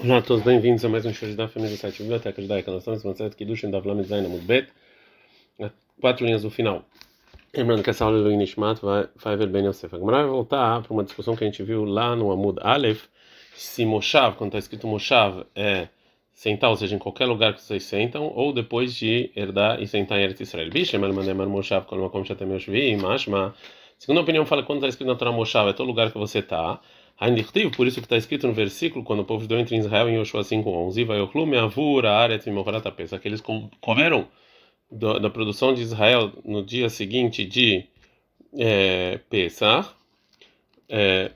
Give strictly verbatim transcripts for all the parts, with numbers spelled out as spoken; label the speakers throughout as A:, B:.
A: Olá a todos, bem-vindos a mais um show de Daf do site Biblioteca Judaica. Nós estamos em Maseret Kiddushin Daf Lamed Zayin Amud Bet, quatro linhas do final. Lembrando que essa aula do Inishmat vai, vai ver bem Yosef. Agora vai voltar para uma discussão que a gente viu lá no Amud Aleph, se Moshav, quando está escrito Moshav, é sentar, ou seja, em qualquer lugar que vocês sentam, ou depois de herdar e sentar em Eretz Israel. Bicho, mas mandar Moshav, quando uma como já tem meus vi, mas, segunda opinião fala que quando está escrito na Torá Moshav, é todo lugar que você está. Por isso que está escrito no versículo, quando o povo judeu entra em Israel, em Yoshua cinco onze, vai ochlu me'avur haaretz mimocharat hapesach, que eles comeram do, da produção de Israel no dia seguinte de é, Pesach, é,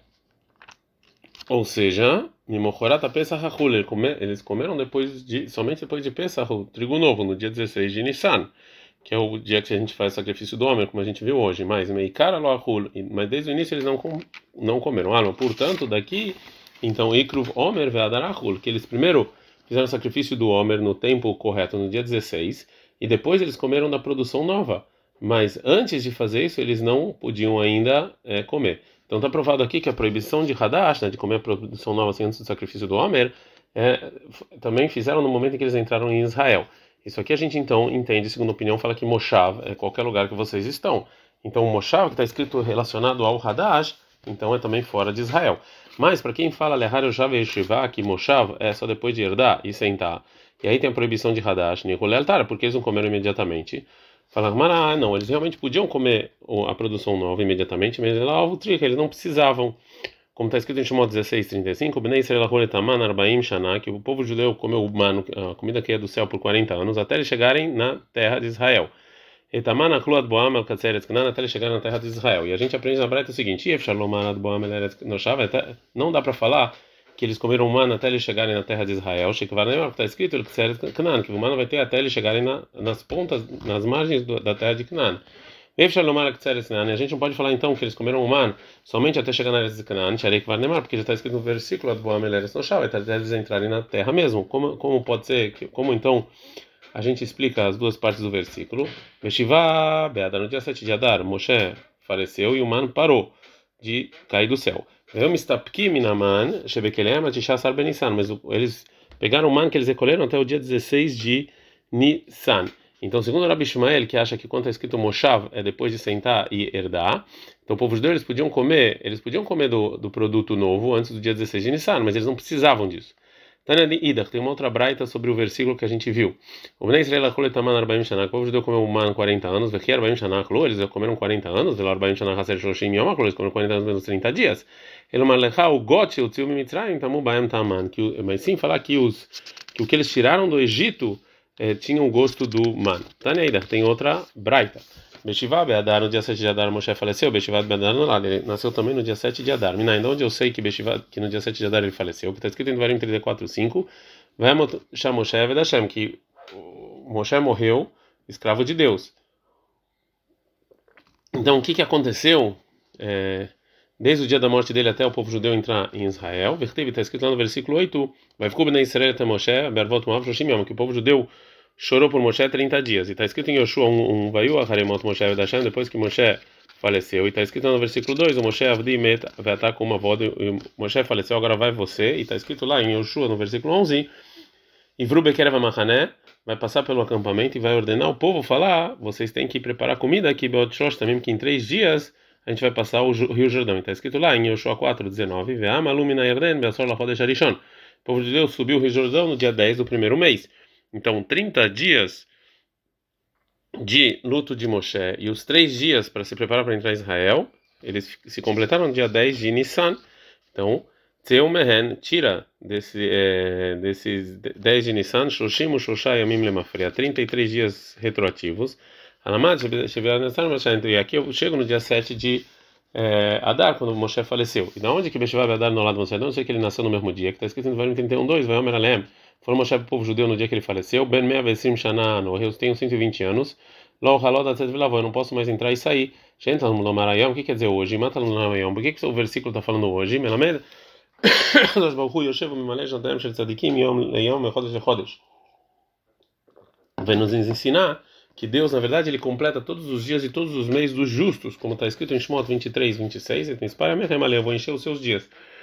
A: ou seja, mimocharat hapesach hachul, eles comeram depois de, somente depois de Pesach, o trigo novo, no dia dezesseis de Nissan, que é o dia que a gente faz o sacrifício do homem, como a gente viu hoje, mas meikara lo achul, mas desde o início eles não com, não comeram alma. Portanto, daqui, então, ikruv omer ve'adar achul, que eles primeiro fizeram o sacrifício do homer no tempo correto, no dia dezesseis, e depois eles comeram da produção nova. Mas antes de fazer isso, eles não podiam ainda é, comer. Então está provado aqui que a proibição de Hadash, né, de comer a produção nova assim, antes do sacrifício do homer, é, também fizeram no momento em que eles entraram em Israel. Isso aqui a gente então entende, segundo a opinião, fala que Moshav é qualquer lugar que vocês estão. Então o Moshav, que está escrito relacionado ao Hadash, então é também fora de Israel. Mas para quem fala Lehar Yoshav Yeshiva, que Moshav é só depois de herdar e sentar, e aí tem a proibição de Hadash, Nicolel Tara, porque eles não comeram imediatamente. Fala, mas ah, não, eles realmente podiam comer a produção nova imediatamente, mas lá o trigo, eles não precisavam. Como está escrito em Shemot dezesseis, trinta e cinco, Bnei Israel achol et haman arbaim shana, que o povo judeu comeu o mano, a comida que é do céu, por quarenta anos, até eles chegarem na terra de Israel. Et haman achlu ad boam el katzer eretz Canaan, até eles chegarem na terra de Israel. E a gente aprende na Braita o seguinte: Yef shalom ad boam el eretz noshav, não dá para falar que eles comeram o mano até eles chegarem na terra de Israel. Shekvar neymar, está escrito el katzer eretz Canaan, que o mano vai ter até eles chegarem na, nas pontas, nas margens do, da terra de Canaan. A gente não pode falar então que eles comeram o man somente até chegar na Eretz de Canaã, porque já está escrito no versículo até eles entrarem na terra mesmo. Como, como pode ser? Como então a gente explica as duas partes do versículo? Meshivá, Beada, no dia sete de Adar, Moshe faleceu e o man parou de cair do céu. Mas eles pegaram o man que eles recolheram até o dia dezesseis de Nissan. Então, segundo o Rabi Ishmael, que acha que quando está escrito Moshav é depois de sentar e herdar, então o povo judeu eles podiam comer, eles podiam comer do, do produto novo antes do dia dezesseis de Nissan, mas eles não precisavam disso. Tânia Idach, tem uma outra braita sobre o versículo que a gente viu. O Bnei Israel achol et haman arbaim shana, o povo judeu comeu o man quarenta anos, vechi arbaim shana achlu, eles comeram quarenta anos, velo arbaim shana haser shloshim yom achlu, eles comeram quarenta anos menos trinta dias. Ele marlecha o got o tziu mimitzrayim tamu baem taman, mas sim falar que os que o que eles tiraram do Egito É, tinha o gosto do man. Taneida, tem outra braita. Beshivá Beadar, no dia sete de Adar, Moshe faleceu. Beshivá Beadar no lado, ele nasceu também no dia sete de Adar. Mina, ainda onde eu sei que Beshivá, que no dia sete de Adar ele faleceu, que está escrito em Devarim trinta e quatro, cinco, Vemot Moshe Vedashem, que Moshe morreu escravo de Deus. Então, o que que aconteceu? É, desde o dia da morte dele até o povo judeu entrar em Israel, está escrito lá no versículo oito, vai ficar bem Israel até Moshe, Bervot Moav Shoshim Yom, que o povo judeu chorou por Moshe trinta dias. E está escrito em Yoshua um Vaiu Acharemot Moshe Vedashem, depois que Moshe faleceu. E está escrito no versículo dois, o Moshe Avdi Met Veatá com uma voz, e Moshe faleceu, agora vai você. E está escrito lá em Yoshua, no versículo onze, e Vrubekerev Machané vai passar pelo acampamento e vai ordenar o povo falar: vocês têm que preparar comida aqui, Beotshosh, também, que em três dias a gente vai passar o Rio Jordão. Está escrito lá em Yoshua quatro, dezenove, Ve'amalumina Yerden Be'asor Lachodesh Arishon. O povo de Deus subiu o Rio Jordão no dia dez do primeiro mês. Então, trinta dias de luto de Moshe e os três dias para se preparar para entrar em Israel, eles se completaram no dia dez de Nissan. Então, Tzeu Mehen tira desse, é, desses dez de Nissan, Shoshim Shoshai Yamim Lemafria, trinta e três dias retroativos. E aqui eu chego no dia sete de é, Adar, quando Moshe faleceu. E da onde que Beshivá Adar no lado de Moshe? Não sei que ele nasceu no mesmo dia, que está escrito em Devarim trinta e um, dois, vai Omer Alem. Falou Moshe para o povo judeu no dia que ele faleceu: Ben Mea Vesim Shana, eu tenho cento e vinte anos. Lo Halod Atzet Vilavó, eu não posso mais entrar e sair. Shenta Mulomarayam, o que quer dizer hoje? Mata Mulomarayam, por que que o versículo está falando hoje? Melamed Kadosh Baruch Hu Yoshev Mimaleh Shantayim Shel Tzadikim Yom Leyom Mechodesh Lechodesh. Vai nos ensinar que Deus, na verdade, ele completa todos os dias e todos os meses dos justos, como está escrito em Shemot vinte e três, vinte e seis, eu vou encher os seus dias.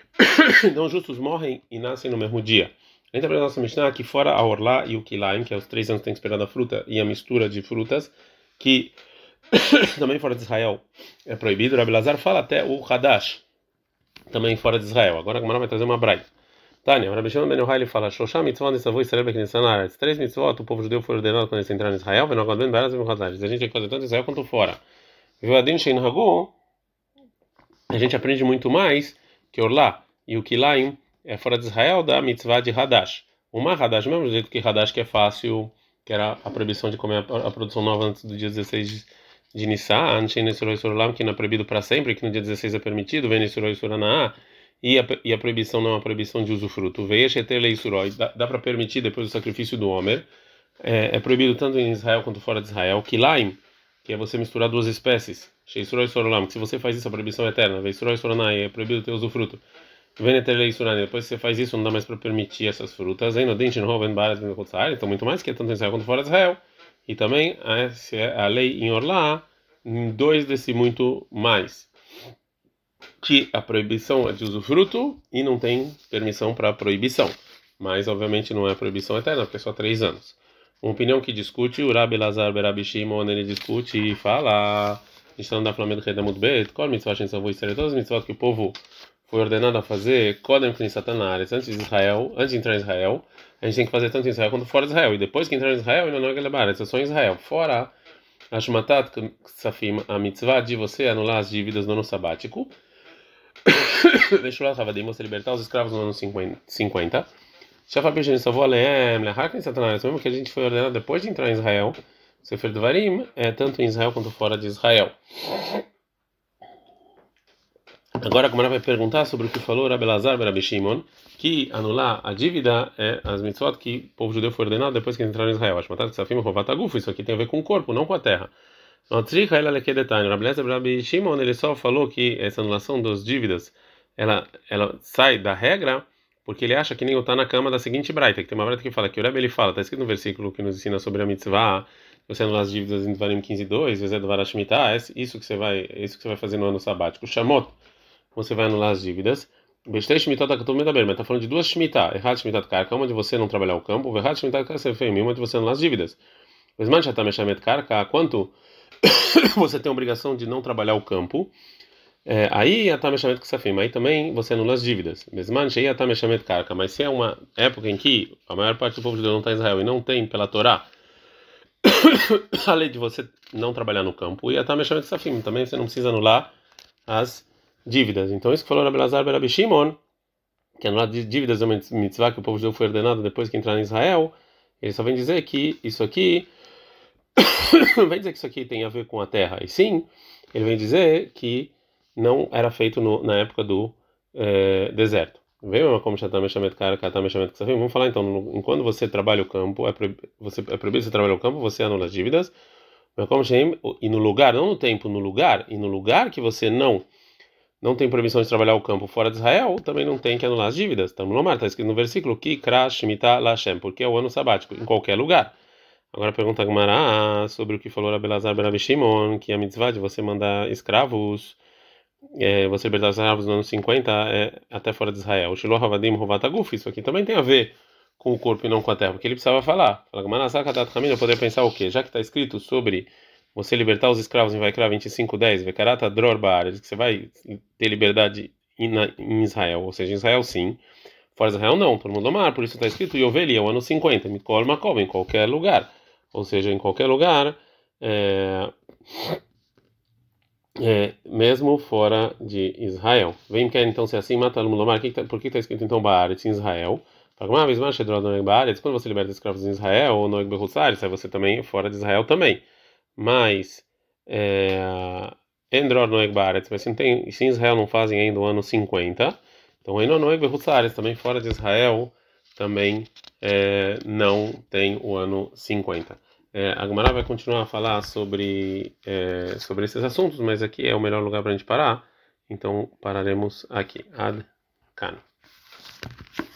A: Então os justos morrem e nascem no mesmo dia. A gente aprende na nossa Mishnah que fora a orlá e o kilaim, que é os três anos que tem que esperar da fruta, e a mistura de frutas, que também fora de Israel é proibido. Rabi Lazar fala até o Hadash, também fora de Israel. Agora a Gemara vai trazer uma braita. Tânia, o Rabi Shimon ben Yochai ele fala: Shoshá mitzvot nesavou Israel beknissah naaretz. Três mitzvot o povo judeu foi ordenado quando eles entraram em Israel, venogad ben be'aretz v'mechazar. A gente tem que fazer tanto em Israel quanto fora. Viu adin shein hagu? A gente aprende muito mais que orlá e o kilaim é fora de Israel da mitzvah de Hadash. Uma Hadash, mesmo jeito que Hadash que é fácil, que era a proibição de comer a, a produção nova antes do dia dezesseis de Nissan, que não é proibido para sempre, que no dia dezesseis é permitido, vem Nesuroi Suranaá, e a, e a proibição não é uma proibição de usufruto. Veio Suroi, dá, dá para permitir depois do sacrifício do Homer, é, é proibido tanto em Israel quanto fora de Israel. Kilaim, que é você misturar duas espécies, Sheisuroi Sorolam, que se você faz isso a proibição é eterna, Veisuroi Suranaá, é proibido ter usufruto. Depois que você faz isso, não dá mais para permitir essas frutas. Então, muito mais que é tanto em Israel quanto fora de Israel. E também a lei em Orlá, dois desse muito mais. Que a proibição é de usufruto e não tem permissão para proibição. Mas, obviamente, não é proibição eterna, porque é só três anos. Uma opinião que discute, o Rabi Lazar Berabi Shimon, ele discute e fala, estando da Flamengo Rei da Mudbet, qual mitzvah a gente salvou isso? Todas as mitzvot que o povo foi ordenado a fazer, Kodem Knisatan Laaretz, antes de Israel, antes de entrar em Israel, a gente tem que fazer tanto em Israel quanto fora de Israel. E depois que entrar em Israel, ainda não é Gelebaretz, é só em Israel. Fora a Shmatat Ksafim, a mitzvah de você anular as dívidas no ano sabático, deixa lá, Havadim, você libertar os escravos no ano cinquenta. Shafabi, a gente salvou Aleem, Lehar Knisatan Laaretz, mesmo que a gente foi ordenado depois de entrar em Israel, Sefer Devarim, é tanto em Israel quanto fora de Israel. Agora a Gemara vai perguntar sobre o que falou Rabi Lazar Berabi Shimon, que anular a dívida é as mitzvot que o povo judeu foi ordenado depois que entraram em Israel. Acho que isso aqui tem a ver com o corpo, não com a terra. Rabi Lazar Berabi Shimon ele só falou que essa anulação das dívidas ela, ela sai da regra porque ele acha que nem está na cama da seguinte braita, que tem uma braita que fala que o Rebbe ele fala, está escrito no versículo que nos ensina sobre a mitzvah, você anular as dívidas em Devarim quinze dois, Vezé do Varashmitah, isso que você vai, isso que você vai fazer no ano sabático. Shamot, você vai anular as dívidas. Bestei Shemitah da Ketum Medaber, mas está falando de duas Shemitah. Errado Shemitah Karka, uma de você não trabalhar o campo, errado Shemitah Karka, uma de você anular as dívidas. Mesman já está mexendo Karka, quanto você tem a obrigação de não trabalhar o campo, é, aí está mexendo Ksafim, aí também você anula as dívidas. Mesman já está mexendo Karka, mas se é uma época em que a maior parte do povo de Deus não está em Israel e não tem pela Torá a lei de você não trabalhar no campo, e está mexendo Ksafim, também você não precisa anular as dívidas. Então isso que falou Rabi Lazar Berabi Shimon, que anular dívidas é uma mitzvah que o povo judeu foi ordenado depois que entrar em Israel, ele só vem dizer que isso aqui não vem dizer que isso aqui tem a ver com a terra, e sim, ele vem dizer que não era feito no, na época do é, deserto. Vamos falar então, no, enquanto você trabalha o campo, é proibido você, é proibido você trabalhar o campo, você anula as dívidas, e no lugar, não no tempo, no lugar, e no lugar que você não não tem proibição de trabalhar o campo fora de Israel, também não tem que anular as dívidas. Estamos no mar, está escrito no versículo que Kra Shemitah Lashem, porque é o ano sabático, em qualquer lugar. Agora pergunta a Gemara sobre o que falou Rabi Lazar Berabi Shimon, que a mitzvah de você mandar escravos, é, você libertar os escravos no ano cinquenta é, até fora de Israel. Shiloh Havadim Rovat Aguf, isso aqui também tem a ver com o corpo e não com a terra, porque ele precisava falar. Fala Gemara, Sakatat Hamina, poder pensar o quê? Já que está escrito sobre você libertar os escravos em Vaikra vinte e cinco, dez, Vekarata Dror Baaretz, que você vai ter liberdade em Israel, ou seja, em Israel sim, fora de Israel não, todo mundo amar, por isso está escrito Yoveli, é o ano cinquenta, Mikol Makov, em qualquer lugar, ou seja, em qualquer lugar, é, é, mesmo fora de Israel. Vem quer então ser assim, mata Lomar, por que está escrito então Baaretz em Israel? Uma vez mais, quando você liberta escravos em Israel, ou no Egberutzares, aí você também fora de Israel também. Mas Endror Noeg Baaretz, mas se, tem, se em Israel não fazem ainda o ano cinquenta, então ainda Noeg Berutzares, também fora de Israel, também é, não tem o ano cinquenta. É, a Gemara vai continuar a falar sobre, é, sobre esses assuntos, mas aqui é o melhor lugar para a gente parar, então pararemos aqui. Ad Kan.